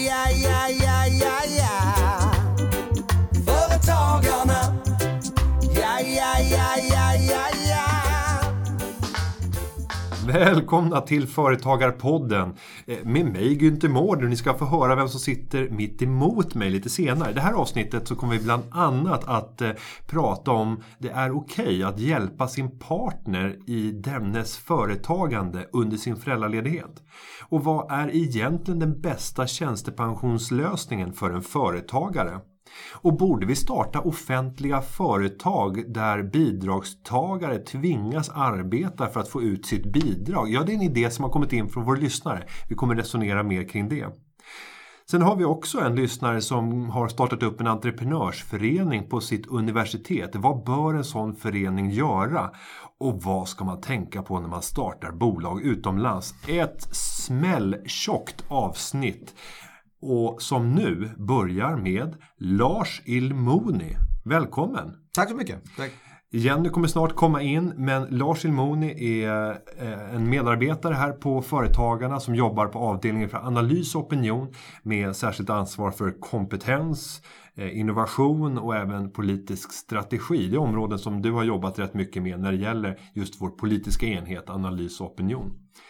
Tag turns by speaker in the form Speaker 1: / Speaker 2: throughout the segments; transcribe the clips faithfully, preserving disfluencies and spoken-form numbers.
Speaker 1: ja, ja, ja, ja, ja. Företagarna. Ja, ja, ja, ja, ja, ja.
Speaker 2: Välkomna till Företagarpodden med mig Günther Mårder. Ni ska få höra vem som sitter mitt emot mig lite senare. I det här avsnittet så kommer vi bland annat att eh, prata om det är okej att hjälpa sin partner i dennes företagande under sin föräldraledighet. Och vad är egentligen den bästa tjänstepensionslösningen för en företagare? Och borde vi starta offentliga företag där bidragstagare tvingas arbeta för att få ut sitt bidrag? Ja, det är en idé som har kommit in från våra lyssnare. Vi kommer resonera mer kring det. Sen har vi också en lyssnare som har startat upp en entreprenörsförening på sitt universitet. Vad bör en sån förening göra? Och vad ska man tänka på när man startar bolag utomlands? Ett smälltjockt avsnitt. Och som nu börjar med Lars Ilmoni. Välkommen!
Speaker 3: Tack så mycket. Tack.
Speaker 2: Jenny kommer snart komma in, men Lars Ilmoni är en medarbetare här på Företagarna som jobbar på avdelningen för analys och opinion med särskilt ansvar för kompetens, innovation och även politisk strategi. Det är områden som du har jobbat rätt mycket med när det gäller just vår politiska enhet, analys och opinion.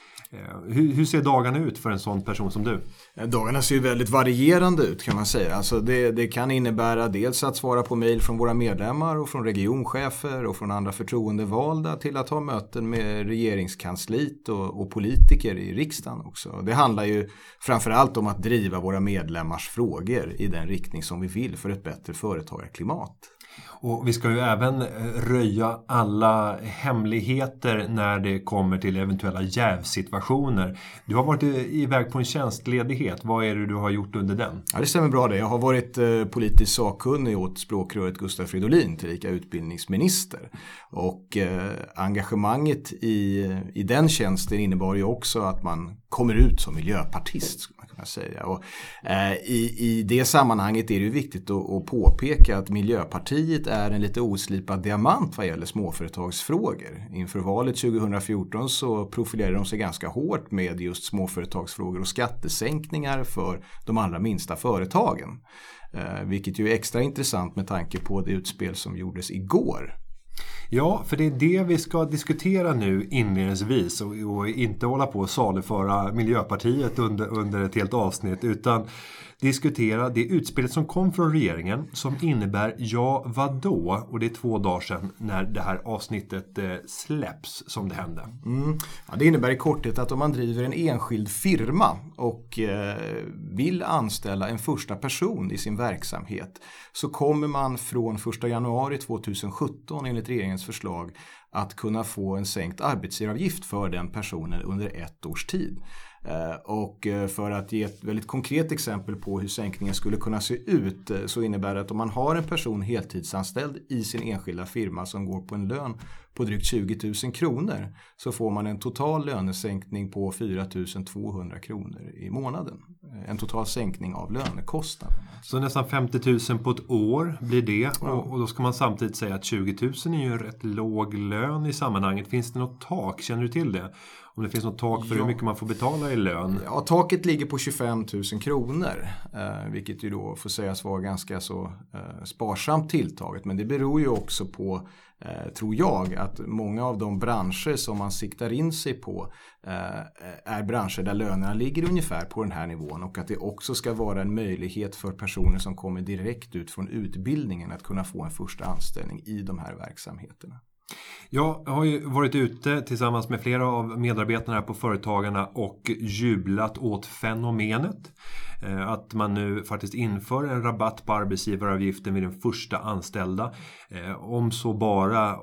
Speaker 2: Hur, hur ser dagarna ut för en sån person som du?
Speaker 3: Dagarna ser ju väldigt varierande ut kan man säga. Alltså det, det kan innebära dels att svara på mejl från våra medlemmar och från regionchefer och från andra förtroendevalda till att ha möten med regeringskansliet och, och politiker i riksdagen också. Det handlar ju framförallt om att driva våra medlemmars frågor i den riktning som vi vill för ett bättre företagarklimat.
Speaker 2: Och vi ska ju även röja alla hemligheter när det kommer till eventuella jävsituationer. Du har varit iväg på en tjänstledighet. Vad är det du har gjort under den?
Speaker 3: Ja, det stämmer bra det. Jag har varit eh, politisk sakkunnig åt språkröret Gustaf Fridolin, tillika utbildningsminister. Och eh, engagemanget i, i den tjänsten innebar ju också att man kommer ut som miljöpartist, skulle man kunna säga. Och, eh, i, I det sammanhanget är det ju viktigt att, att påpeka att Miljöpartiet är en lite oslipad diamant vad gäller småföretagsfrågor. Inför valet tjugohundrafjorton så profilerade de sig ganska hårt med just småföretagsfrågor och skattesänkningar för de allra minsta företagen. Eh, vilket ju är extra intressant med tanke på det utspel som gjordes igår.
Speaker 2: Ja, för det är det vi ska diskutera nu inledningsvis och, och inte hålla på att saluföra Miljöpartiet under, under ett helt avsnitt utan diskutera det utspelet som kom från regeringen som innebär ja vadå, och det är två dagar sedan när det här avsnittet eh, släpps som det hände.
Speaker 3: Mm. Ja, det innebär i korthet att om man driver en enskild firma och eh, vill anställa en första person i sin verksamhet så kommer man från första januari tjugohundrasjutton enligt regeringens förslag att kunna få en sänkt arbetsgivaravgift för den personen under ett års tid. Och för att ge ett väldigt konkret exempel på hur sänkningen skulle kunna se ut så innebär det att om man har en person heltidsanställd i sin enskilda firma som går på en lön på drygt tjugo tusen kronor så får man en total lönesänkning på fyra tusen tvåhundra kronor i månaden. En total sänkning av lönekostnaden.
Speaker 2: Så nästan femtio tusen på ett år blir det. Ja. Och, och då ska man samtidigt säga att tjugo tusen är ju en rätt låg lön i sammanhanget. Finns det något tak? Känner du till det? Om det finns något tak för ja. hur mycket man får betala i lön?
Speaker 3: Ja, taket ligger på tjugofem tusen kronor. Eh, vilket ju då får sägas vara ganska så eh, sparsamt tilltaget. Men det beror ju också på, eh, tror jag, att många av de branscher som man siktar in sig på eh, är branscher där lönerna ligger ungefär på den här nivån. Och att det också ska vara en möjlighet för personer som kommer direkt ut från utbildningen att kunna få en första anställning i de här verksamheterna.
Speaker 2: Jag har ju varit ute tillsammans med flera av medarbetarna här på Företagarna och jublat åt fenomenet. Att man nu faktiskt inför en rabatt på arbetsgivaravgiften vid den första anställda. Om så bara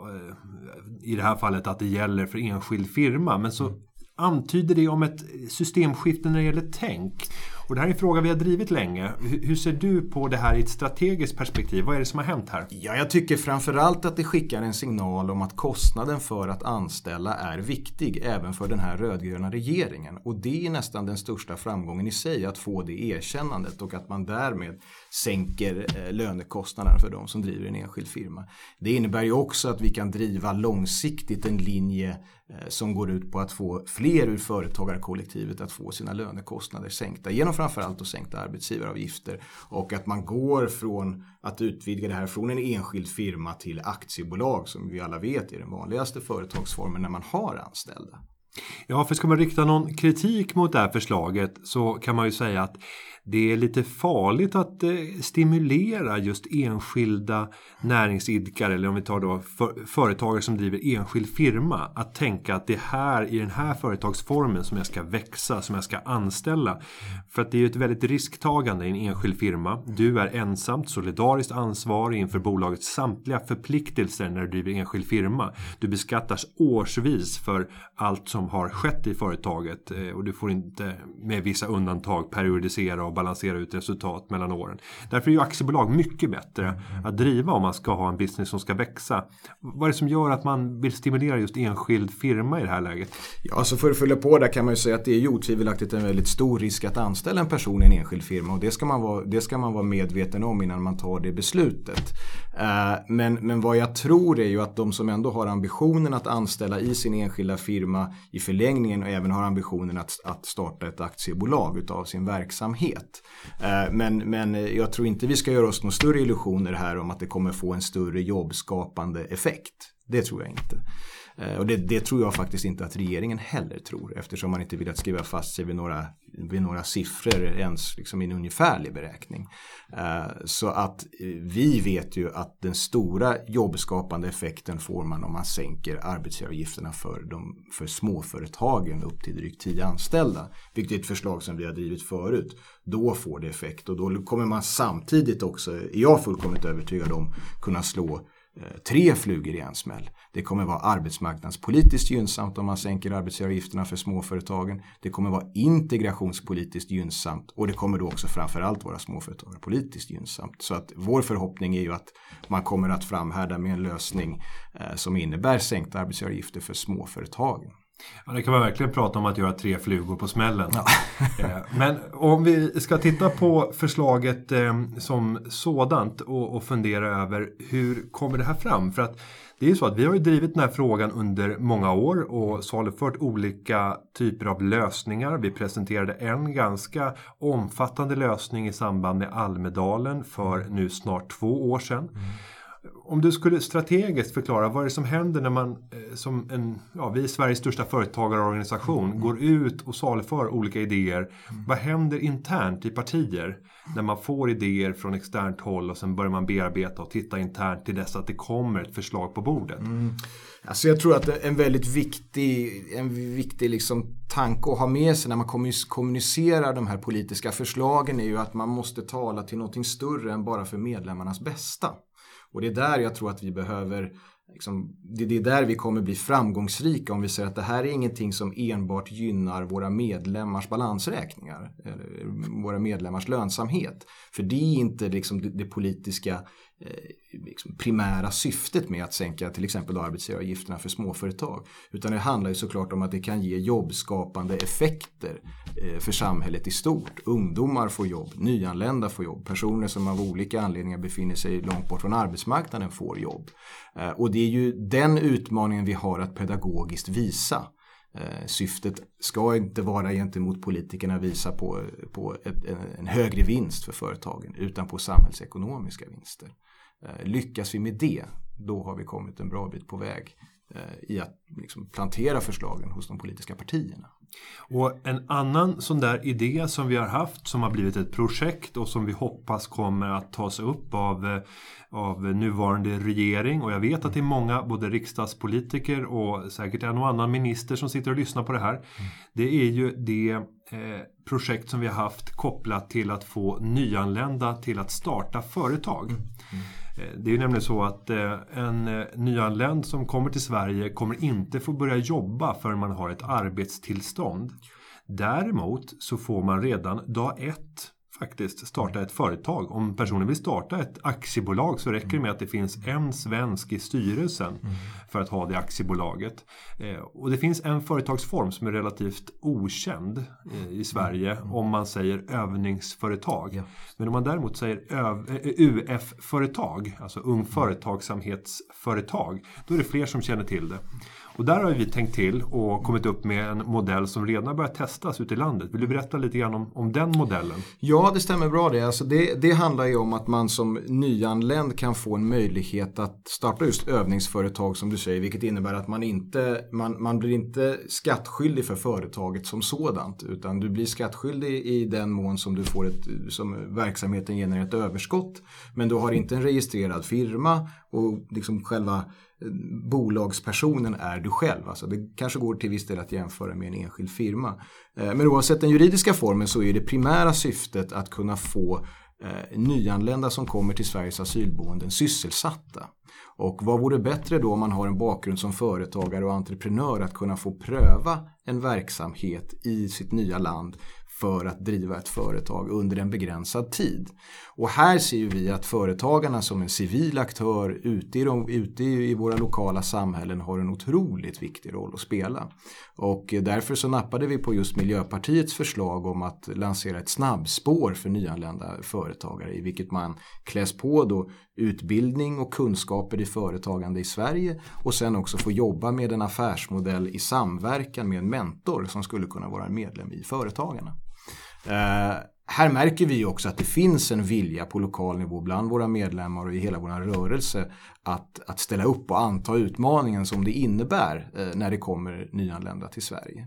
Speaker 2: i det här fallet att det gäller för enskild firma. Men så antyder det om ett systemskifte när det gäller tänk. Och det här är en fråga vi har drivit länge. Hur ser du på det här i ett strategiskt perspektiv? Vad är det som har hänt här?
Speaker 3: Ja, jag tycker framförallt att det skickar en signal om att kostnaden för att anställa är viktig även för den här rödgröna regeringen. Och det är nästan den största framgången i sig att få det erkännandet och att man därmed sänker lönekostnaderna för de som driver en enskild firma. Det innebär ju också att vi kan driva långsiktigt en linje som går ut på att få fler ur företagarkollektivet att få sina lönekostnader sänkta genom framförallt att sänkta arbetsgivaravgifter, och att man går från att utvidga det här från en enskild firma till aktiebolag, som vi alla vet är den vanligaste företagsformen när man har anställda.
Speaker 2: Ja, för ska man rikta någon kritik mot det här förslaget så kan man ju säga att det är lite farligt att eh, stimulera just enskilda näringsidkare, eller om vi tar då för, företagare som driver enskild firma, att tänka att det är här i den här företagsformen som jag ska växa, som jag ska anställa. För att det är ju ett väldigt risktagande i en enskild firma. Du är ensamt solidariskt ansvarig inför bolagets samtliga förpliktelser när du driver enskild firma. Du beskattas årsvis för allt som har skett i företaget, eh, och du får inte med vissa undantag periodisera och balansera ut resultat mellan åren. Därför är ju aktiebolag mycket bättre att driva om man ska ha en business som ska växa. Vad är det som gör att man vill stimulera just enskild firma i det här läget?
Speaker 3: Ja, alltså för att fylla på där kan man ju säga att det är ju otvivelaktigt en väldigt stor risk att anställa en person i en enskild firma, och det ska man vara, det ska man vara medveten om innan man tar det beslutet. Men, men vad jag tror är ju att de som ändå har ambitionen att anställa i sin enskilda firma i förlängningen och även har ambitionen att, att starta ett aktiebolag utav sin verksamhet. Men, men jag tror inte vi ska göra oss några större illusioner här om att det kommer få en större jobbskapande effekt. Det tror jag inte. Och det, det tror jag faktiskt inte att regeringen heller tror, eftersom man inte vill att skriva fast sig vid några, vid några siffror ens liksom i en ungefärlig beräkning. Så att vi vet ju att den stora jobbskapande effekten får man om man sänker arbetsgivaravgifterna för, de, för småföretagen upp till drygt tio anställda, vilket är ett förslag som vi har drivit förut. Då får det effekt, och då kommer man samtidigt också, är jag fullkomligt övertygad om, kunna slå tre flugor i en smäll. Det kommer vara arbetsmarknadspolitiskt gynnsamt om man sänker arbetsgivaravgifterna för småföretagen. Det kommer vara integrationspolitiskt gynnsamt, och det kommer då också framförallt vara småföretagarpolitiskt gynnsamt. Så att vår förhoppning är ju att man kommer att framhärda med en lösning eh, som innebär sänkta arbetsgivaravgifter för småföretagen.
Speaker 2: Ja, det kan man verkligen prata om, att göra tre flugor på smällen. Ja. Men om vi ska titta på förslaget eh, som sådant och, och fundera över hur kommer det här fram? För att det är ju så att vi har ju drivit den här frågan under många år och salufört olika typer av lösningar. Vi presenterade en ganska omfattande lösning i samband med Almedalen för nu snart två år sedan. Mm. Om du skulle strategiskt förklara vad är det som händer när man eh, som en, ja, vi är Sveriges största företagarorganisation mm. går ut och saluför olika idéer. Mm. Vad händer internt i partier när man får idéer från externt håll och sen börjar man bearbeta och titta internt till dess att det kommer ett förslag på bordet?
Speaker 3: Mm. Alltså jag tror att en väldigt viktig, en viktig liksom tanke att ha med sig när man kommunicerar de här politiska förslagen är ju att man måste tala till någonting större än bara för medlemmarnas bästa. Och det är där jag tror att vi behöver, liksom, det, det är där vi kommer bli framgångsrika om vi säger att det här är ingenting som enbart gynnar våra medlemmars balansräkningar, eller våra medlemmars lönsamhet. För det är inte liksom det, det politiska eh, liksom primära syftet med att sänka till exempel arbetsgivaravgifterna för småföretag. Utan det handlar ju såklart om att det kan ge jobbskapande effekter eh, för samhället i stort. Ungdomar får jobb, nyanlända får jobb, personer som av olika anledningar befinner sig långt bort från arbetsmarknaden får jobb. Eh, och det är ju den utmaningen vi har att pedagogiskt visa. Eh, syftet ska inte vara gentemot politikerna visa på, på ett, en, en högre vinst för företagen, utan på samhällsekonomiska vinster. Eh, lyckas vi med det, då har vi kommit en bra bit på väg eh, i att liksom plantera förslagen hos de politiska partierna.
Speaker 2: Och en annan sån där idé som vi har haft, som har blivit ett projekt och som vi hoppas kommer att tas upp av, av nuvarande regering, och jag vet att det är många både riksdagspolitiker och säkert en och annan minister som sitter och lyssnar på det här. Mm. Det är ju det eh, projekt som vi har haft kopplat till att få nyanlända till att starta företag. Mm. Mm. Det är ju nämligen så att en nyanländ som kommer till Sverige kommer inte få börja jobba förrän man har ett arbetstillstånd. Däremot så får man redan dag ett faktiskt starta ett företag. Om personen vill starta ett aktiebolag så räcker det med att det finns en svensk i styrelsen mm. för att ha det aktiebolaget. Eh, och det finns en företagsform som är relativt okänd eh, i Sverige mm. om man säger övningsföretag. Ja. Men om man däremot säger öv- eh, U F-företag, alltså ung företagsamhetsföretag, då är det fler som känner till det. Och där har vi tänkt till och kommit upp med en modell som redan har börjat testas ute i landet. Vill du berätta lite grann om, om den modellen?
Speaker 3: Ja, det stämmer bra det. Alltså det. Det handlar ju om att man som nyanländ kan få en möjlighet att starta just övningsföretag som du säger, vilket innebär att man inte man, man blir inte skattskyldig för företaget som sådant, utan du blir skattskyldig i den mån som du får ett, som verksamheten genererar ett överskott, men du har inte en registrerad firma och liksom själva bolagspersonen är du själv. Alltså det kanske går till viss del att jämföra med en enskild firma. Men oavsett den juridiska formen så är det primära syftet att kunna få eh, nyanlända som kommer till Sveriges asylboenden sysselsatta. Och vad vore bättre då om man har en bakgrund som företagare och entreprenör att kunna få pröva en verksamhet i sitt nya land för att driva ett företag under en begränsad tid. Och här ser vi att företagarna som en civil aktör ute i, de, ute i våra lokala samhällen har en otroligt viktig roll att spela. Och därför så nappade vi på just Miljöpartiets förslag om att lansera ett snabbspår för nyanlända företagare, i vilket man kläs på då utbildning och kunskaper i företagande i Sverige och sen också få jobba med en affärsmodell i samverkan med en mentor som skulle kunna vara en medlem i Företagarna. Uh, här märker vi också att det finns en vilja på lokal nivå bland våra medlemmar och i hela vår rörelse att, att ställa upp och anta utmaningen som det innebär uh, när det kommer nyanlända till Sverige.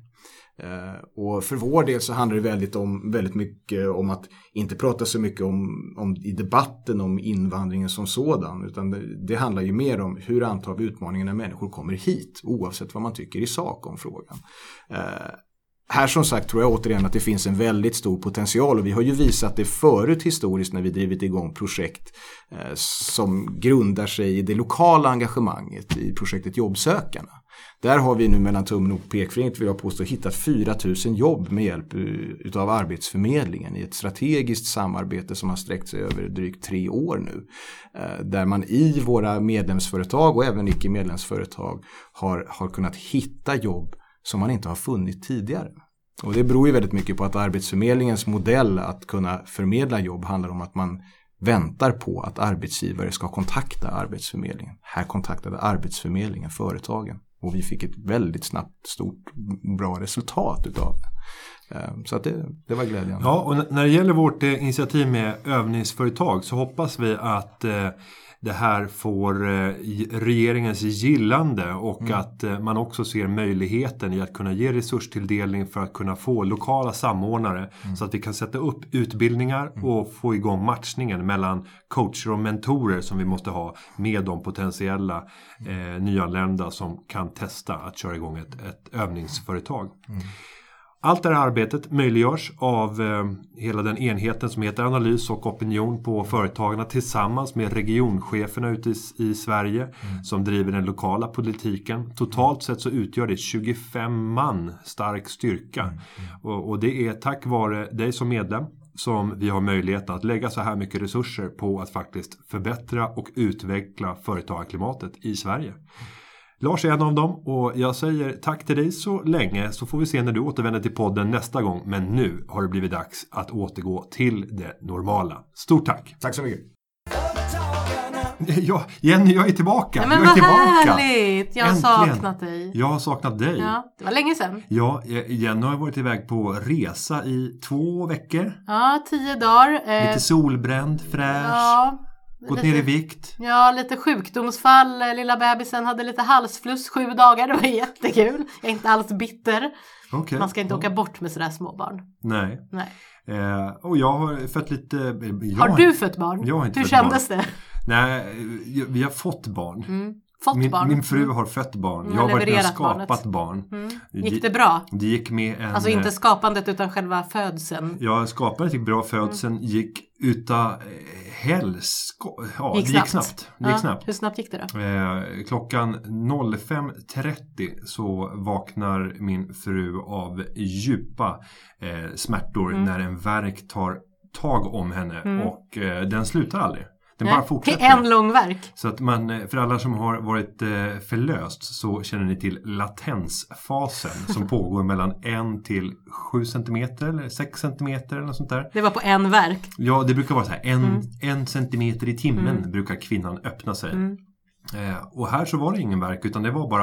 Speaker 3: Uh, och för vår del så handlar det väldigt, om, väldigt mycket om att inte prata så mycket om, om i debatten om invandringen som sådan, utan det, det handlar ju mer om hur antar vi utmaningen när människor kommer hit, oavsett vad man tycker i sak om frågan. Uh, Här som sagt tror jag återigen att det finns en väldigt stor potential, och vi har ju visat det förut historiskt när vi drivit igång projekt eh, som grundar sig i det lokala engagemanget i projektet Jobbsökarna. Där har vi nu mellan tummen och pekfingret, vill jag påstå, hittat fyra tusen jobb med hjälp utav Arbetsförmedlingen i ett strategiskt samarbete som har sträckt sig över drygt tre år nu. Eh, där man i våra medlemsföretag och även icke-medlemsföretag har, har kunnat hitta jobb som man inte har funnit tidigare. Och det beror ju väldigt mycket på att Arbetsförmedlingens modell att kunna förmedla jobb handlar om att man väntar på att arbetsgivare ska kontakta Arbetsförmedlingen. Här kontaktade Arbetsförmedlingen företagen och vi fick ett väldigt snabbt, stort, bra resultat utav det. Så att det, det var glädjande.
Speaker 2: Ja, och när det gäller vårt eh, initiativ med övningsföretag så hoppas vi att eh, det här får eh, regeringens gillande och mm. att eh, man också ser möjligheten i att kunna ge resurstilldelning för att kunna få lokala samordnare mm. så att vi kan sätta upp utbildningar mm. och få igång matchningen mellan coacher och mentorer som vi måste ha med de potentiella eh, nyanlända som kan testa att köra igång ett, ett övningsföretag. Mm. Allt det här arbetet möjliggörs av eh, hela den enheten som heter Analys och opinion på företagarna tillsammans med regioncheferna ute i, i Sverige mm. som driver den lokala politiken. Totalt sett så utgör det tjugofem man stark styrka. Mm. Och, och det är tack vare dig som medlem som vi har möjlighet att lägga så här mycket resurser på att faktiskt förbättra och utveckla företagarklimatet i Sverige. Lars är en av dem och jag säger tack till dig så länge, så får vi se när du återvänder till podden nästa gång. Men nu har det blivit dags att återgå till det normala. Stort tack!
Speaker 3: Tack så mycket!
Speaker 2: Ja, Jenny, jag är tillbaka.
Speaker 4: Nej, men
Speaker 2: jag är
Speaker 4: vad
Speaker 2: tillbaka.
Speaker 4: Härligt. Jag har
Speaker 2: Äntligen.
Speaker 4: saknat dig.
Speaker 2: Jag har saknat dig.
Speaker 4: Ja, det var länge sedan.
Speaker 2: Ja, Jenny har varit iväg på resa i två veckor.
Speaker 4: Ja, tio dagar. Eh,
Speaker 2: Lite solbränd, fräsch.
Speaker 4: Ja.
Speaker 2: Gått
Speaker 4: Lite,
Speaker 2: ner i vikt.
Speaker 4: Ja, lite sjukdomsfall. Lilla bebisen hade lite halsfluss sju dagar. Det var jättekul. Jag är inte alls bitter.
Speaker 2: Okay.
Speaker 4: Man ska inte
Speaker 2: ja.
Speaker 4: åka bort med sådär små barn.
Speaker 2: Nej.
Speaker 4: Nej.
Speaker 2: Eh, och jag har fött lite... Jag,
Speaker 4: har du fött barn?
Speaker 2: Jag har inte
Speaker 4: Hur
Speaker 2: fött
Speaker 4: kändes
Speaker 2: barn.
Speaker 4: det?
Speaker 2: Nej, vi har fått barn.
Speaker 4: Mm. Fått
Speaker 2: min,
Speaker 4: barn.
Speaker 2: min fru har fött barn.
Speaker 4: Mm.
Speaker 2: Jag har varit med och
Speaker 4: Levererat
Speaker 2: skapat barn.
Speaker 4: Mm. Gick det bra?
Speaker 2: Det gick med en...
Speaker 4: Alltså inte skapandet utan själva födseln.
Speaker 2: Ja, skapandet gick bra. Födseln mm. gick utan helst. Ja,
Speaker 4: gick
Speaker 2: det gick snabbt. Det gick
Speaker 4: ja.
Speaker 2: snabbt.
Speaker 4: Hur snabbt gick det då?
Speaker 2: Eh, klockan fem trettio så vaknar min fru av djupa eh, smärtor mm. när en värk tar tag om henne och och eh, den slutar aldrig. Den
Speaker 4: Nej,
Speaker 2: bara fortsätter.
Speaker 4: En lång verk.
Speaker 2: Så att man, för alla som har varit eh, förlöst så känner ni till latensfasen som pågår mellan en till sju centimeter eller sex centimeter eller något sånt där.
Speaker 4: Det var på en verk.
Speaker 2: Ja, det brukar vara så här. En,
Speaker 4: mm.
Speaker 2: en centimeter i timmen
Speaker 4: mm.
Speaker 2: brukar kvinnan öppna sig.
Speaker 4: Mm.
Speaker 2: Eh, och här så var det ingen verk utan det var bara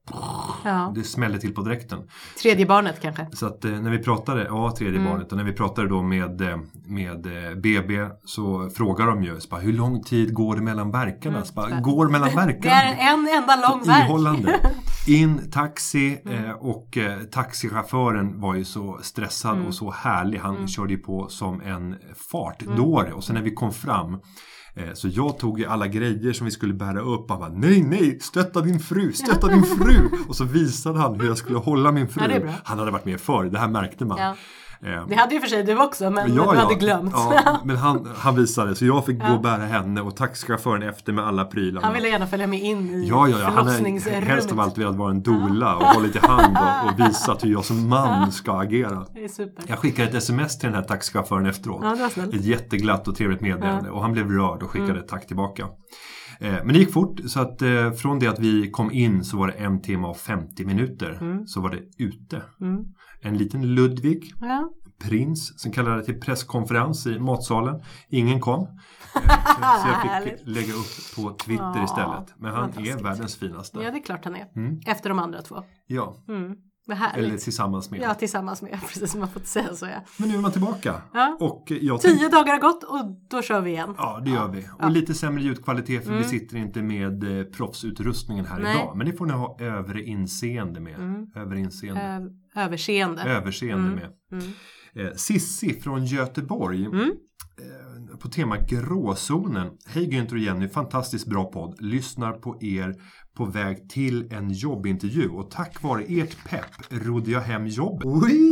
Speaker 4: Ja.
Speaker 2: Det smällde till på dräkten.
Speaker 4: Tredje barnet kanske.
Speaker 2: Så att eh, när vi pratade, ja tredje
Speaker 4: Mm.
Speaker 2: barnet, och när vi pratade då med, eh, med eh, B B så frågar de ju, så bara, hur lång tid går det mellan verkarna?
Speaker 4: Mm.
Speaker 2: Så bara, går mellan verkarna?
Speaker 4: Det är en enda lång verk.
Speaker 2: Ihållande. In, taxi eh, och eh, taxichauffören var ju så stressad
Speaker 4: Mm.
Speaker 2: och så härlig. Han körde ju på som en fartdåre. Och sen när vi kom fram eh, så jag tog ju alla grejer som vi skulle bära upp. Han bara, nej, nej, stötta din fru, stötta din fru. Och så visade han hur jag skulle hålla min fru.
Speaker 4: Ja, det är bra.
Speaker 2: Han hade varit med förr, det här märkte man.
Speaker 4: Ja.
Speaker 2: Eh,
Speaker 4: Det hade ju för sig du också, men
Speaker 2: Ja,
Speaker 4: du
Speaker 2: ja.
Speaker 4: hade glömt.
Speaker 2: Ja, men han, han visade, så jag fick
Speaker 4: Ja.
Speaker 2: gå och bära henne och taxichauffören efter med alla prylarna.
Speaker 4: Han ville gärna följa med in i
Speaker 2: Ja, ja, ja. Han har
Speaker 4: förlossningsrummet.
Speaker 2: helst av allt velat vara en doula och hållit i hand och, och visat hur jag som man ska agera.
Speaker 4: Det är super.
Speaker 2: Jag skickade ett sms till den här taxichauffören efteråt.
Speaker 4: Ja, det var snällt.
Speaker 2: Ett jätteglatt och trevligt meddelande.
Speaker 4: Ja.
Speaker 2: Och han blev rörd och skickade
Speaker 4: Mm.
Speaker 2: ett tack tillbaka. Eh, men det gick fort, så att eh, från det att vi kom in så var det en timme och femtio minuter.
Speaker 4: Mm.
Speaker 2: Så var det ute.
Speaker 4: Mm.
Speaker 2: En liten Ludvig,
Speaker 4: Ja.
Speaker 2: prins, som kallade till presskonferens i matsalen. Ingen kom. Eh, så, så jag fick
Speaker 4: Härligt.
Speaker 2: lägga upp på Twitter
Speaker 4: Ja,
Speaker 2: istället. Men han
Speaker 4: fantastiskt.
Speaker 2: är världens finaste.
Speaker 4: ja, det är klart han är.
Speaker 2: Mm.
Speaker 4: Efter de andra två.
Speaker 2: Ja,
Speaker 4: Mm. Vad härligt.
Speaker 2: eller tillsammans med.
Speaker 4: Ja, tillsammans med. Precis som man fått säga så, ja.
Speaker 2: Men nu är man tillbaka.
Speaker 4: Ja.
Speaker 2: Och jag tänkte,
Speaker 4: Tio dagar har gått och då kör vi igen.
Speaker 2: ja, det gör vi. Och
Speaker 4: Ja.
Speaker 2: lite sämre ljudkvalitet för
Speaker 4: Mm.
Speaker 2: vi sitter inte med eh, proffsutrustningen här
Speaker 4: Nej.
Speaker 2: idag. Men det får ni ha överinseende med.
Speaker 4: Mm.
Speaker 2: Överinseende.
Speaker 4: Ö- överseende.
Speaker 2: Överseende
Speaker 4: Mm.
Speaker 2: med.
Speaker 4: Mm.
Speaker 2: Eh, Sissi från Göteborg.
Speaker 4: Mm.
Speaker 2: Eh, på tema gråzonen. Hej Günther och Jenny, fantastiskt bra podd. Lyssnar på er på väg till en jobbintervju. Och tack vare ert pepp rodde jag hem jobb.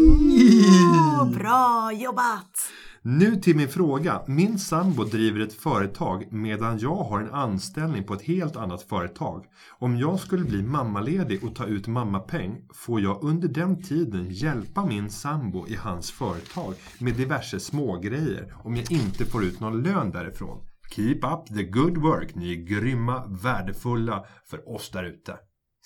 Speaker 4: Åh, bra jobbat!
Speaker 2: Nu till min fråga. Min sambo driver ett företag medan jag har en anställning på ett helt annat företag. Om jag skulle bli mammaledig och ta ut mammapeng får jag under den tiden hjälpa min sambo i hans företag med diverse smågrejer om jag inte får ut någon lön därifrån. Keep up the good work. Ni är grymma, värdefulla för oss där ute.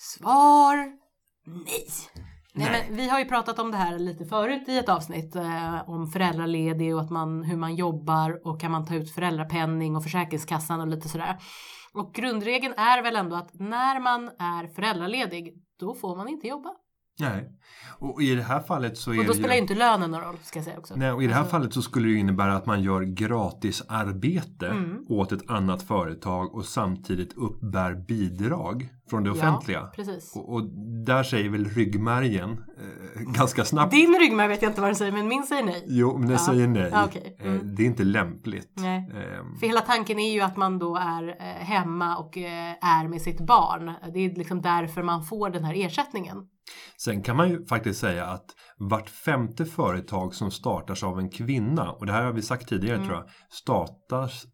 Speaker 4: Svar nej. Nej,
Speaker 2: Nej.
Speaker 4: men vi har ju pratat om det här lite förut i ett avsnitt eh, om föräldraledig och att man, hur man jobbar och kan man ta ut föräldrapenning och försäkringskassan och lite sådär. Och grundregeln är väl ändå att när man är föräldraledig då får man inte jobba.
Speaker 2: Nej. Och i det här fallet så är
Speaker 4: Och då
Speaker 2: det
Speaker 4: spelar
Speaker 2: ju...
Speaker 4: ju inte lönen någon roll, ska jag säga också.
Speaker 2: Nej, och i det här
Speaker 4: Alltså,
Speaker 2: fallet så skulle det ju innebära att man gör gratis arbete
Speaker 4: Mm.
Speaker 2: åt ett annat företag och samtidigt uppbär bidrag från det offentliga.
Speaker 4: Ja, precis.
Speaker 2: Och, och där säger väl ryggmärgen eh, ganska snabbt.
Speaker 4: Din ryggmärg vet jag inte vad den säger, men min säger nej.
Speaker 2: Jo, men den
Speaker 4: Ja.
Speaker 2: säger nej.
Speaker 4: Ja, okej. Mm.
Speaker 2: Eh, det är inte lämpligt.
Speaker 4: Nej.
Speaker 2: Eh,
Speaker 4: För hela tanken är ju att man då är eh, hemma och eh, är med sitt barn. Det är liksom därför man får den här ersättningen.
Speaker 2: Sen kan man ju faktiskt säga att vart femte företag som startas av en kvinna, och det här har vi sagt tidigare
Speaker 4: Mm.
Speaker 2: tror jag, startas,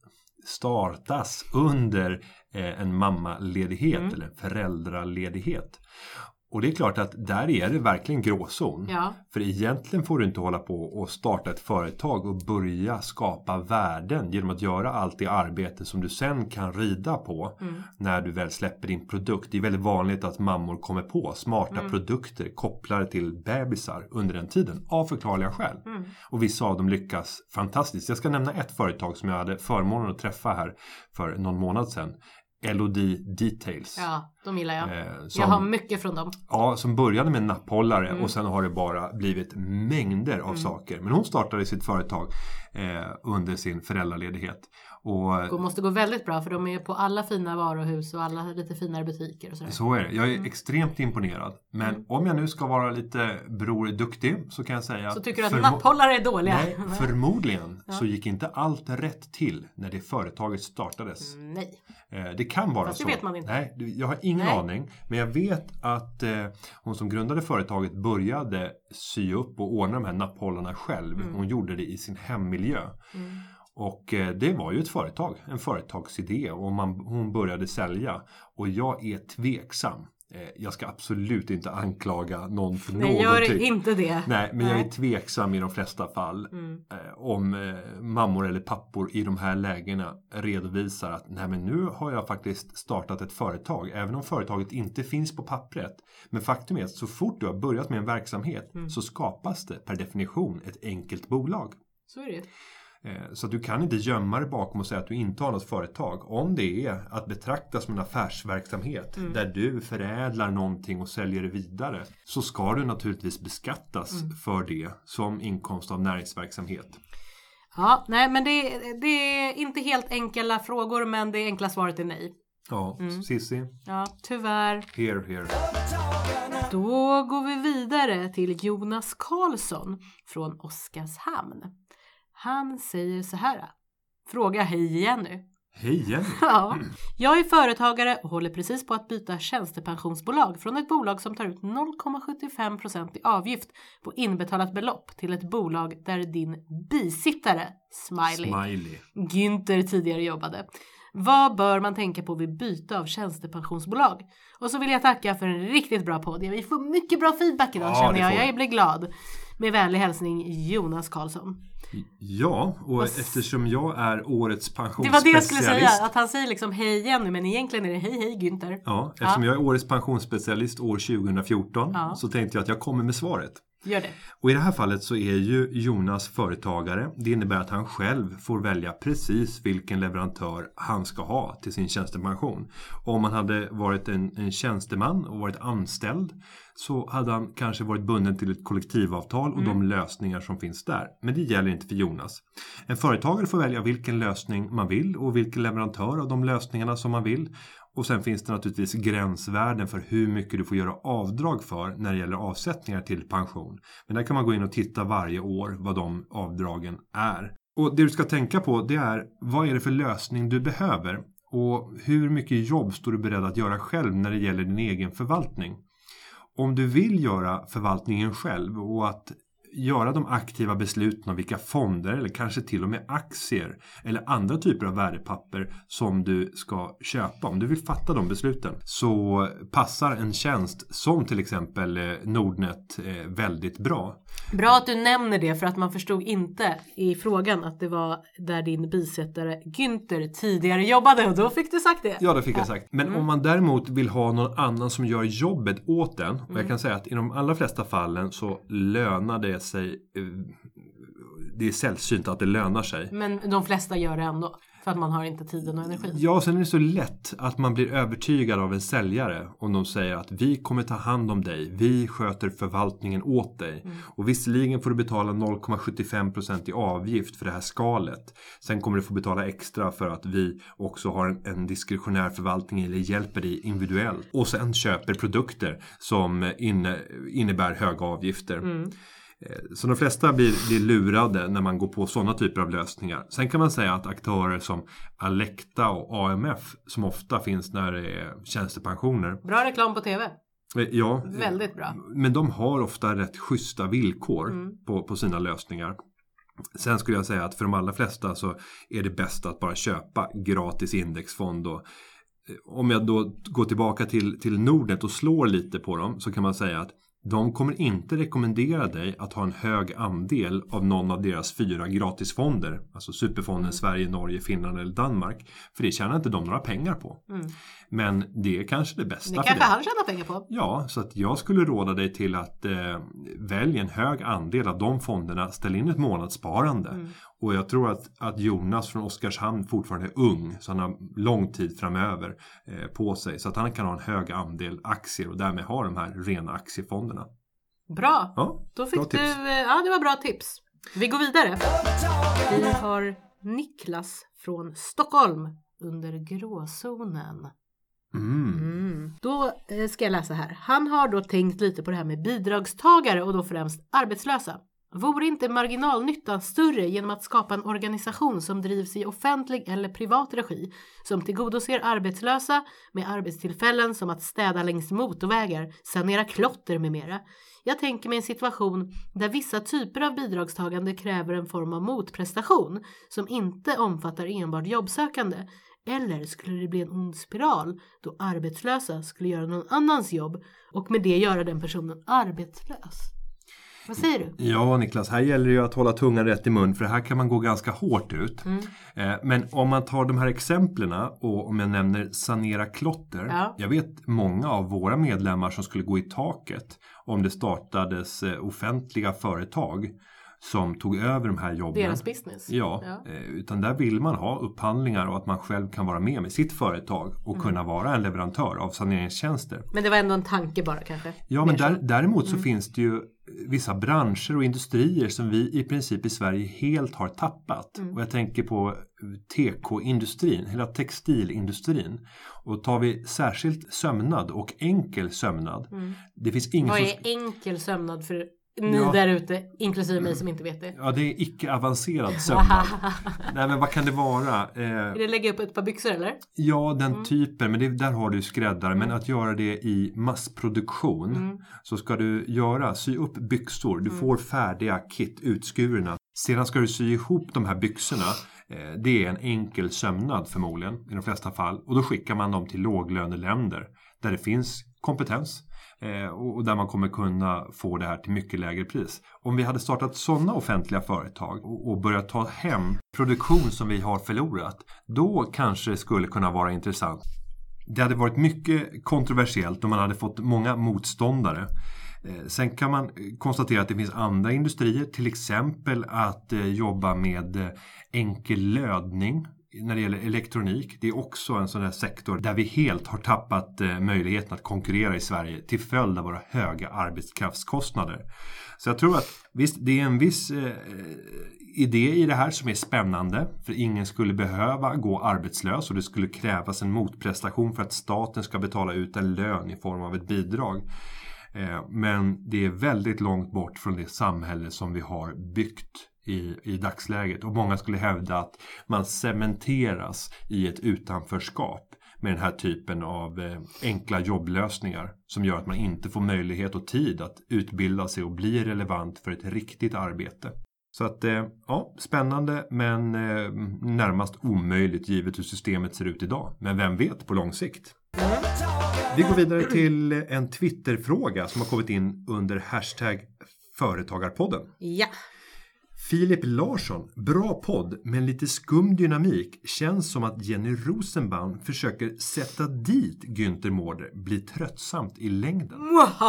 Speaker 2: startas under eh, en mammaledighet
Speaker 4: Mm.
Speaker 2: eller en föräldraledighet. Och det är klart att där är det verkligen gråzon.
Speaker 4: Ja.
Speaker 2: För egentligen får du inte hålla på och starta ett företag och börja skapa värden genom att göra allt det arbete som du sen kan rida på
Speaker 4: Mm.
Speaker 2: när du väl släpper din produkt. Det är väldigt vanligt att mammor kommer på smarta
Speaker 4: Mm.
Speaker 2: produkter kopplade till bebisar under den tiden av förklarliga skäl.
Speaker 4: Mm.
Speaker 2: Och vissa av dem lyckas fantastiskt. Jag ska nämna ett företag som jag hade förmånen att träffa här för någon månad sedan. L O D Details.
Speaker 4: Ja, de gillar jag.
Speaker 2: Eh, som,
Speaker 4: Jag har mycket från dem.
Speaker 2: ja, som började med napphållare
Speaker 4: Mm.
Speaker 2: och sen har det bara blivit mängder av
Speaker 4: Mm.
Speaker 2: saker. Men hon startade sitt företag eh, under sin föräldraledighet. Och
Speaker 4: Det måste gå väldigt bra för de är ju på alla fina varuhus och alla lite finare butiker och sådär.
Speaker 2: så är det. Jag är
Speaker 4: Mm.
Speaker 2: extremt imponerad. Men
Speaker 4: Mm.
Speaker 2: om jag nu ska vara lite bror duktig så kan jag säga...
Speaker 4: Så tycker du att
Speaker 2: förmo-
Speaker 4: napphållare är dåliga?
Speaker 2: Nej, förmodligen
Speaker 4: Ja.
Speaker 2: så gick inte allt rätt till när det företaget startades.
Speaker 4: Mm, nej.
Speaker 2: Eh, Det kan vara
Speaker 4: Fast det
Speaker 2: så.
Speaker 4: vet man inte.
Speaker 2: Nej, du- jag har ingen
Speaker 4: Nej.
Speaker 2: aning. Men jag vet att eh, hon som grundade företaget började sy upp och ordna de här napphållarna själv.
Speaker 4: Mm.
Speaker 2: Hon gjorde det i sin hemmiljö.
Speaker 4: Mm.
Speaker 2: Och eh, det var ju ett företag, en företagsidé. Och man, hon började sälja. Och jag är tveksam. Eh, jag ska absolut inte anklaga någon för
Speaker 4: Nej,
Speaker 2: någonting.
Speaker 4: gör inte det.
Speaker 2: Nej, men jag
Speaker 4: Nej.
Speaker 2: är tveksam i de flesta fall.
Speaker 4: Mm.
Speaker 2: Eh, om eh, mammor eller pappor i de här lägena redovisar att nej men nu har jag faktiskt startat ett företag. Även om företaget inte finns på pappret. Men faktum är att så fort du har börjat med en verksamhet
Speaker 4: Mm.
Speaker 2: så skapas det per definition ett enkelt bolag.
Speaker 4: Så är det ju.
Speaker 2: Så att du kan inte gömma dig bakom och säga att du inte har något företag. Om det är att betrakta som en affärsverksamhet mm. där du förädlar någonting och säljer det vidare, så ska du naturligtvis beskattas mm. för det som inkomst av näringsverksamhet.
Speaker 4: Ja, nej men det, det är inte helt enkla frågor, men det enkla svaret är nej.
Speaker 2: Ja, mm. Cissi.
Speaker 4: Ja, tyvärr.
Speaker 2: Here, here.
Speaker 4: Då går vi vidare till Jonas Karlsson från Oskarshamn. Han säger så här. Fråga hej igen nu.
Speaker 2: Hej igen?
Speaker 4: Ja. Jag är företagare och håller precis på att byta tjänstepensionsbolag från ett bolag som tar ut noll komma sjuttiofem procent i avgift på inbetalat belopp till ett bolag där din bisittare, Smiley,
Speaker 2: Smiley.
Speaker 4: Günther tidigare jobbade. Vad bör man tänka på vid byte av tjänstepensionsbolag? Och så vill jag tacka för en riktigt bra podd. Vi får mycket bra feedback idag, ja, känner jag. Jag blir glad. Med vänlig hälsning, Jonas Karlsson.
Speaker 2: Ja, och, och s- eftersom jag är årets pensionsspecialist.
Speaker 4: Det var det jag skulle säga, att han säger liksom hej igen nu, men egentligen är det hej hej Günther.
Speaker 2: Ja, eftersom
Speaker 4: ja.
Speaker 2: jag är årets pensionsspecialist år tjugo fjorton
Speaker 4: ja.
Speaker 2: så tänkte jag att jag kommer med svaret.
Speaker 4: Gör det.
Speaker 2: Och i det här fallet så är ju Jonas företagare. Det innebär att han själv får välja precis vilken leverantör han ska ha till sin tjänstepension. Om han hade varit en, en tjänsteman och varit anställd, så hade han kanske varit bunden till ett kollektivavtal och mm. de lösningar som finns där. Men det gäller inte för Jonas. En företagare får välja vilken lösning man vill och vilken leverantör av de lösningarna som man vill. Och sen finns det naturligtvis gränsvärden för hur mycket du får göra avdrag för när det gäller avsättningar till pension. Men där kan man gå in och titta varje år vad de avdragen är. Och det du ska tänka på, det är vad är det för lösning du behöver? Och hur mycket jobb står du beredd att göra själv när det gäller din egen förvaltning? Om du vill göra förvaltningen själv och att göra de aktiva besluten om vilka fonder eller kanske till och med aktier eller andra typer av värdepapper som du ska köpa, om du vill fatta de besluten, så passar en tjänst som till exempel Nordnet väldigt bra.
Speaker 4: Bra att du nämner det, för att man förstod inte i frågan att det var där din bisättare Günther tidigare jobbade, och då fick du sagt det.
Speaker 2: Ja, det fick jag sagt. Men mm. om man däremot vill ha någon annan som gör jobbet åt den, och jag mm. kan säga att i de allra flesta fallen så lönar det sig, det är sällsynt att det lönar sig.
Speaker 4: Men de flesta gör det ändå, för att man har inte tiden och energin.
Speaker 2: Ja, sen är det så lätt att man blir övertygad av en säljare om de säger att vi kommer ta hand om dig, vi sköter förvaltningen åt dig. Mm. Och visserligen får du betala noll komma sjuttiofem procent i avgift för det här skalet. Sen kommer du få betala extra för att vi också har en, en diskretionär förvaltning eller hjälper dig individuellt. Och sen köper produkter som inne, innebär höga avgifter. Mm. Så de flesta blir, blir lurade när man går på sådana typer av lösningar. Sen kan man säga att aktörer som Alecta och A M F, som ofta finns när det är tjänstepensioner.
Speaker 4: Bra reklam på tv.
Speaker 2: Ja.
Speaker 4: Väldigt bra.
Speaker 2: Men de har ofta rätt schyssta villkor
Speaker 4: mm. på,
Speaker 2: på sina lösningar. Sen skulle jag säga att för de allra flesta så är det bäst att bara köpa gratis indexfond. Och om jag då går tillbaka till, till Nordnet och slår lite på dem, så kan man säga att de kommer inte rekommendera dig att ha en hög andel av någon av deras fyra gratisfonder. Alltså superfonden mm. Sverige, Norge, Finland eller Danmark. För det tjänar inte de några pengar på. Mm. Men det är kanske det bästa.
Speaker 4: Det kanske han tjänar pengar på.
Speaker 2: Ja, så att jag skulle råda dig till att eh, välja en hög andel av de fonderna. Ställ in ett månadssparande. Mm. Och jag tror att, att Jonas från Oskarshamn fortfarande är ung. Så han har lång tid framöver eh, på sig. Så att han kan ha en hög andel aktier och därmed ha de här rena aktiefonderna.
Speaker 4: Bra,
Speaker 2: ja,
Speaker 4: då fick du, ja det var bra tips. Vi går vidare. Vi har Niklas från Stockholm under gråzonen.
Speaker 2: Mm.
Speaker 4: Mm. Då ska jag läsa här. Han har då tänkt lite på det här med bidragstagare och då främst arbetslösa. Vore inte marginalnyttan större genom att skapa en organisation som drivs i offentlig eller privat regi, som tillgodoser arbetslösa med arbetstillfällen som att städa längs motorvägar, sanera klotter med mera? Jag tänker mig en situation där vissa typer av bidragstagande kräver en form av motprestation som inte omfattar enbart jobbsökande. Eller skulle det bli en ond spiral då arbetslösa skulle göra någon annans jobb och med det göra den personen arbetslös? Vad säger du?
Speaker 2: Ja, Niklas, här gäller det ju att hålla tungan rätt i mun, för här kan man gå ganska hårt ut.
Speaker 4: Mm.
Speaker 2: Men om man tar de här exemplerna och om jag nämner sanera klotter.
Speaker 4: Ja.
Speaker 2: Jag vet många av våra medlemmar som skulle gå i taket om det startades offentliga företag som tog över de här jobben.
Speaker 4: Deras business.
Speaker 2: Ja,
Speaker 4: ja.
Speaker 2: Utan där vill man ha upphandlingar och att man själv kan vara med med sitt företag och mm. kunna vara en leverantör av saneringstjänster.
Speaker 4: Men det var ändå en tanke bara kanske?
Speaker 2: Ja, men där, däremot så mm. finns det ju vissa branscher och industrier som vi i princip i Sverige helt har tappat. Mm. Och jag tänker på T K-industrin, hela textilindustrin. Och tar vi särskilt sömnad och enkel sömnad. Mm. Det finns ingen
Speaker 4: Vad är
Speaker 2: som...
Speaker 4: enkel sömnad för ni ja. där ute, inklusive mig som inte vet det?
Speaker 2: Ja, det är icke-avancerad sömnad. Nej, men vad kan det vara? Eh...
Speaker 4: Är det lägga upp ett par byxor eller?
Speaker 2: Ja, den mm. typen. Men det, där har du skräddare. Mm. Men att göra det i massproduktion mm. så ska du göra, sy upp byxor. Du mm. får färdiga kit utskurna. Sedan ska du sy ihop de här byxorna. Eh, det är en enkel sömnad förmodligen i de flesta fall. Och då skickar man dem till låglöneländer där det finns kompetens. Eh, och där man kommer kunna få det här till mycket lägre pris. Om vi hade startat sådana offentliga företag och, och börjat ta hem produktion som vi har förlorat, då kanske det skulle kunna vara intressant. Det hade varit mycket kontroversiellt om man hade fått många motståndare. Eh, sen kan man konstatera att det finns andra industrier, till exempel att eh, jobba med eh, enkel lödning. När det gäller elektronik, det är också en sån här sektor där vi helt har tappat eh, möjligheten att konkurrera i Sverige till följd av våra höga arbetskraftskostnader. Så jag tror att visst, det är en viss eh, idé i det här som är spännande, för ingen skulle behöva gå arbetslös och det skulle krävas en motprestation för att staten ska betala ut en lön i form av ett bidrag. Eh, men det är väldigt långt bort från det samhälle som vi har byggt I, i dagsläget. Och många skulle hävda att man cementeras i ett utanförskap med den här typen av eh, enkla jobblösningar som gör att man inte får möjlighet och tid att utbilda sig och bli relevant för ett riktigt arbete. Så att, eh, ja, spännande men eh, närmast omöjligt givet hur systemet ser ut idag. Men vem vet på lång sikt? Mm. Vi går vidare till en Twitterfråga som har kommit in under hashtag Företagarpodden.
Speaker 4: Ja.
Speaker 2: Filip Larsson, bra podd men lite skum dynamik. Känns som att Jenny Rosenbaum försöker sätta dit Günther Mårder. Blir tröttsamt i längden.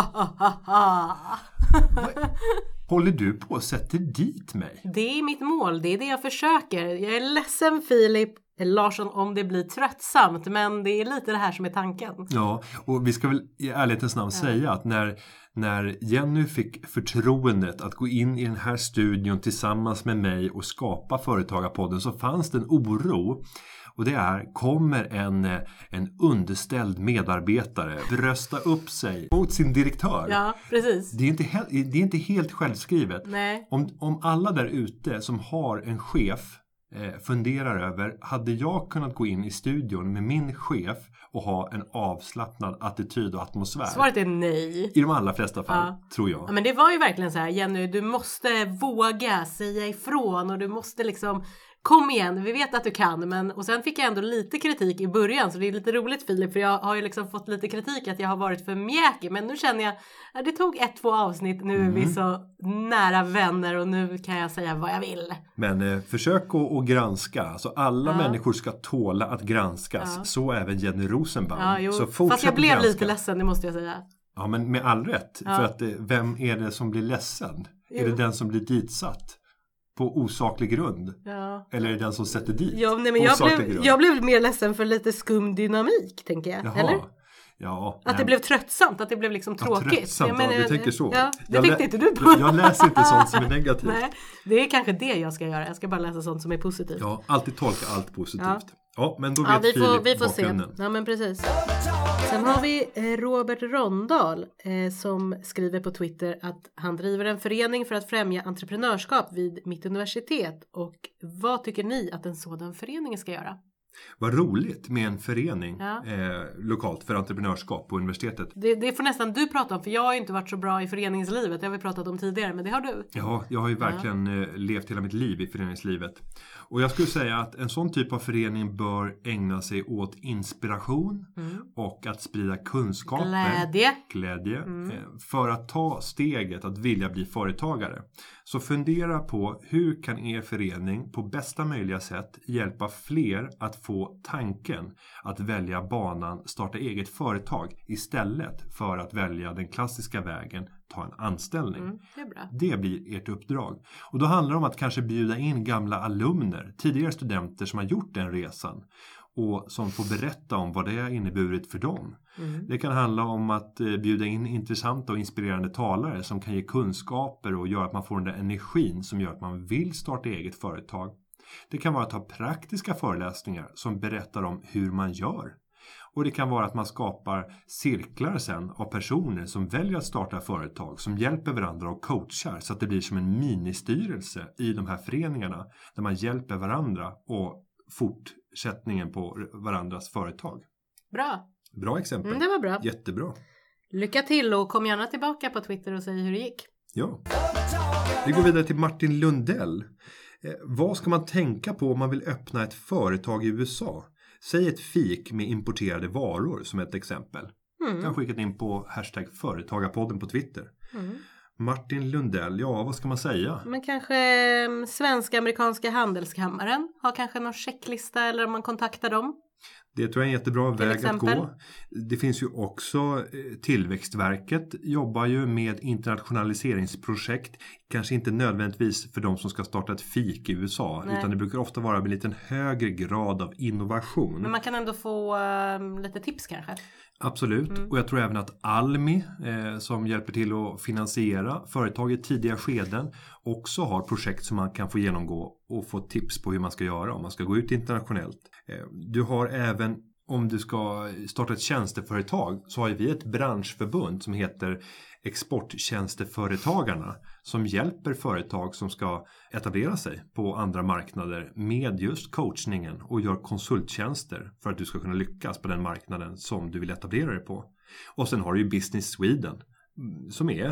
Speaker 2: Håller du på att sätta dit mig?
Speaker 4: Det är mitt mål, det är det jag försöker. Jag är ledsen Filip Larsson om det blir tröttsamt, men det är lite det här som är tanken.
Speaker 2: Ja, och vi ska väl i ärlighetens namn ja. säga att när, när Jenny fick förtroendet att gå in i den här studion tillsammans med mig och skapa Företagarpodden, så fanns det en oro. Och det är, kommer en, en underställd medarbetare brösta upp sig mot sin direktör?
Speaker 4: Ja, precis.
Speaker 2: Det är inte, he- det är inte helt självskrivet.
Speaker 4: Nej.
Speaker 2: Om, om alla där ute som har en chef eh, funderar över, hade jag kunnat gå in i studion med min chef och ha en avslappnad attityd och atmosfär?
Speaker 4: Svaret är nej.
Speaker 2: I de allra flesta fall, ja. tror jag.
Speaker 4: Ja, men det var ju verkligen så här, Jenny, du måste våga säga ifrån och du måste liksom... Kom igen, vi vet att du kan, men och sen fick jag ändå lite kritik i början, så det är lite roligt Filip, för jag har ju liksom fått lite kritik att jag har varit för mjäkig, men nu känner jag att det tog ett, två avsnitt, nu är vi så nära vänner och nu kan jag säga vad jag vill.
Speaker 2: Men eh, försök att, att granska, alltså alla ja. människor ska tåla att granskas, ja. så även Jenny Rosenbaum.
Speaker 4: Ja, jo.
Speaker 2: Så fortsätt
Speaker 4: Fast jag blev
Speaker 2: granska.
Speaker 4: lite ledsen, det måste jag säga.
Speaker 2: Ja, men med all rätt, ja. för att eh, vem är det som blir ledsen? Jo. Är det den som blir ditsatt? På osaklig grund? Ja. Eller är det den som sätter dit?
Speaker 4: Ja, nej, men jag, blev, jag blev mer ledsen för lite skum dynamik, tänker jag. Jaha. Eller?
Speaker 2: Ja,
Speaker 4: att det blev tröttsamt, att det blev liksom tråkigt.
Speaker 2: Ja, tröttsamt,
Speaker 4: men,
Speaker 2: ja, du tänker så.
Speaker 4: Ja, det
Speaker 2: jag
Speaker 4: tänkte
Speaker 2: lä-
Speaker 4: inte du på.
Speaker 2: Jag, jag läser inte sånt som är negativt.
Speaker 4: Nej, det är kanske det jag ska göra. Jag ska bara läsa sånt som är positivt.
Speaker 2: Ja, alltid tolka allt positivt. Ja,
Speaker 4: ja
Speaker 2: men då vet
Speaker 4: ja, vi får,
Speaker 2: Filip
Speaker 4: vi får se.
Speaker 2: bakgrunden.
Speaker 4: Ja, men precis. Sen har vi Robert Rondahl eh, som skriver på Twitter att han driver en förening för att främja entreprenörskap vid mitt universitet. Och vad tycker ni att en sådan förening ska göra?
Speaker 2: Vad roligt med en förening
Speaker 4: ja.
Speaker 2: eh, lokalt för entreprenörskap på universitetet.
Speaker 4: Det, det får nästan du prata om, för jag har ju inte varit så bra i föreningslivet. Det har vi pratat om tidigare, men det har du.
Speaker 2: Ja, jag har ju verkligen ja. eh, levt hela mitt liv i föreningslivet. Och jag skulle säga att en sån typ av förening bör ägna sig åt inspiration mm. och att sprida kunskaper.
Speaker 4: Glädje.
Speaker 2: Glädje mm. eh, för att ta steget att vilja bli företagare. Så fundera på hur kan er förening på bästa möjliga sätt hjälpa fler att få tanken att välja banan starta eget företag istället för att välja den klassiska vägen ta en anställning.
Speaker 4: Mm, det är bra.
Speaker 2: Det blir ert uppdrag. Och då handlar det om att kanske bjuda in gamla alumner, tidigare studenter som har gjort den resan och som får berätta om vad det har inneburit för dem.
Speaker 4: Mm.
Speaker 2: Det kan handla om att eh, bjuda in intressanta och inspirerande talare som kan ge kunskaper och göra att man får den där energin som gör att man vill starta eget företag. Det kan vara att ha praktiska föreläsningar som berättar om hur man gör. Och det kan vara att man skapar cirklar sen av personer som väljer att starta företag, som hjälper varandra och coachar så att det blir som en ministyrelse i de här föreningarna där man hjälper varandra och fortsättningen på varandras företag.
Speaker 4: Bra.
Speaker 2: Bra exempel.
Speaker 4: Mm, det var bra.
Speaker 2: Jättebra.
Speaker 4: Lycka till och kom gärna tillbaka på Twitter och säg hur det gick.
Speaker 2: Ja. Vi går vidare till Martin Lundell. Eh, vad ska man tänka på om man vill öppna ett företag i U S A? Säg ett fik med importerade varor som ett exempel.
Speaker 4: Mm.
Speaker 2: Jag har skickat in på hashtag företagarpodden på Twitter.
Speaker 4: Mm.
Speaker 2: Martin Lundell, ja vad ska man säga?
Speaker 4: Men kanske um, Svenska-amerikanska handelskammaren har kanske någon checklista eller om man kontaktar dem.
Speaker 2: Det tror jag är en jättebra
Speaker 4: Till
Speaker 2: väg
Speaker 4: exempel.
Speaker 2: att gå. Det finns ju också eh, Tillväxtverket jobbar ju med internationaliseringsprojekt. Kanske inte nödvändigtvis för de som ska starta ett fik i U S A.
Speaker 4: Nej.
Speaker 2: Utan det brukar ofta vara en liten högre grad av innovation.
Speaker 4: Men man kan ändå få um, lite tips kanske.
Speaker 2: Absolut.
Speaker 4: Mm.
Speaker 2: Och jag tror även att Almi eh, som hjälper till att finansiera företag i tidiga skeden också har projekt som man kan få genomgå och få tips på hur man ska göra om man ska gå ut internationellt. Eh, du har även, om du ska starta ett tjänsteföretag, så har vi ett branschförbund som heter Exporttjänsteföretagarna som hjälper företag som ska etablera sig på andra marknader med just coachningen och gör konsulttjänster för att du ska kunna lyckas på den marknaden som du vill etablera dig på. Och sen har du ju Business Sweden som är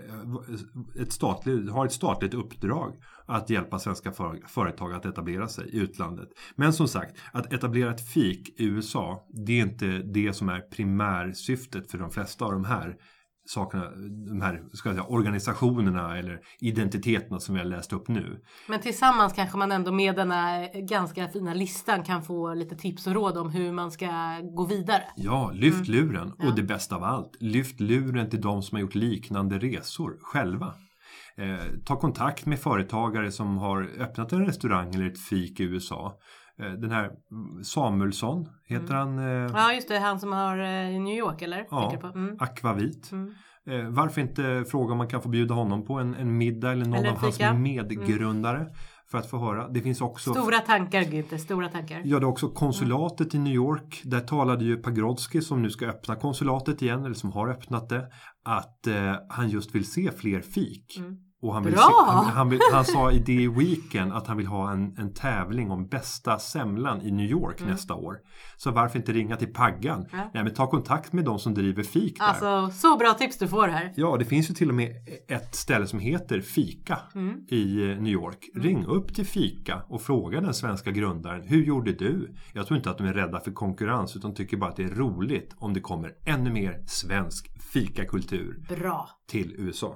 Speaker 2: eh, ett statligt, har ett statligt uppdrag att hjälpa svenska för, företag att etablera sig i utlandet. Men som sagt, att etablera ett fik i U S A, det är inte det som är primärsyftet för de flesta av de här sakerna, de här ska jag säga, organisationerna eller identiteterna som vi har läst upp nu.
Speaker 4: Men tillsammans kanske man ändå med den här ganska fina listan kan få lite tips och råd om hur man ska gå vidare.
Speaker 2: Ja, lyft
Speaker 4: Mm.
Speaker 2: luren.
Speaker 4: Ja.
Speaker 2: Och det bästa av allt, lyft luren till de som har gjort liknande resor själva. Eh, ta kontakt med företagare som har öppnat en restaurang eller ett fik i U S A. Eh, den här Samuelsson, heter han? Eh,
Speaker 4: Ja, just det. Han som har eh, i New York, eller?
Speaker 2: Ja.
Speaker 4: Tänker du på? Mm.
Speaker 2: Akvavit.
Speaker 4: Mm.
Speaker 2: Eh, varför inte fråga om man kan få bjuda honom på en, en middag eller någon
Speaker 4: Eller en
Speaker 2: av hans
Speaker 4: fika.
Speaker 2: medgrundare för att få höra. Det finns också...
Speaker 4: Stora tankar, Günther. Stora tankar.
Speaker 2: Ja, det är också konsulatet i New York. Där talade ju Pagrotsky som nu ska öppna konsulatet igen, eller som har öppnat det, att eh, han just vill se fler fik.
Speaker 4: Mm.
Speaker 2: Och han, vill
Speaker 4: Bra!
Speaker 2: se, han, han, vill, han sa i det weekend att han vill ha en, en tävling om bästa semlan i New York
Speaker 4: Mm.
Speaker 2: nästa år. Så varför inte ringa till Paggan?
Speaker 4: Ja.
Speaker 2: Nej, men ta kontakt med de som driver fik där.
Speaker 4: Alltså, så bra tips du får här.
Speaker 2: Ja, det finns ju till och med ett ställe som heter Fika
Speaker 4: Mm.
Speaker 2: i eh, New York. Ring upp till Fika och fråga den svenska grundaren, hur gjorde du? Jag tror inte att de är rädda för konkurrens utan tycker bara att det är roligt om det kommer ännu mer svensk fikakultur
Speaker 4: Bra.
Speaker 2: till U S A.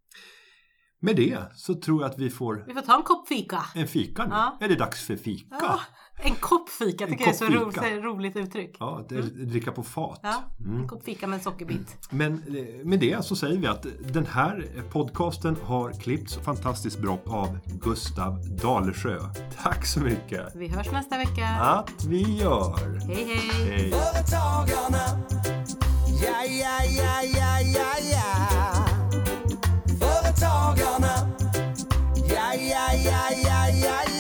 Speaker 2: Med det så tror jag att vi får
Speaker 4: Vi får ta en kopp fika.
Speaker 2: en fika nu.
Speaker 4: Ja.
Speaker 2: Är det dags för fika?
Speaker 4: Ja, en kopp fika tycker
Speaker 2: En
Speaker 4: jag är så
Speaker 2: kopp
Speaker 4: ro-
Speaker 2: fika.
Speaker 4: så roligt uttryck.
Speaker 2: Ja, det är dricka på fat.
Speaker 4: Ja,
Speaker 2: Mm.
Speaker 4: en kopp fika med en sockerbit.
Speaker 2: Men eh, med det så säger vi att den här podcasten har klippts fantastiskt bra av Gustav Dalesjö. Tack så mycket.
Speaker 4: Vi hörs nästa vecka.
Speaker 2: Att vi gör.
Speaker 4: Hej hej.
Speaker 2: Hej.
Speaker 1: Företagarna, ja, ja, ja, ja, ja, ja. Företagarna, ja, ja, ja, ja, ja, ja.